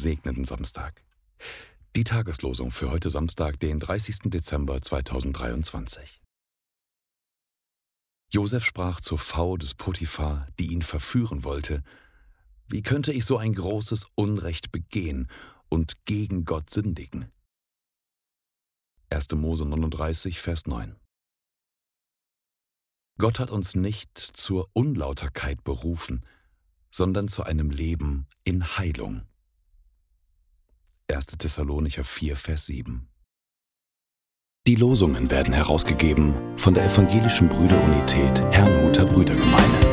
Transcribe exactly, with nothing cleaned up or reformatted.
gesegneten Samstag. Die Tageslosung für heute Samstag, den dreißigsten Dezember zweitausenddreiundzwanzig. Josef sprach zur Frau des Potiphar, die ihn verführen wollte: Wie könnte ich so ein großes Unrecht begehen und gegen Gott sündigen? erster Mose neununddreißig, Vers neun. Gott hat uns nicht zur Unlauterkeit berufen, sondern zu einem Leben in Heilung. erster Thessalonicher vier, Vers sieben. Die Losungen werden herausgegeben von der Evangelischen Brüderunität Herrnhuter Brüdergemeine.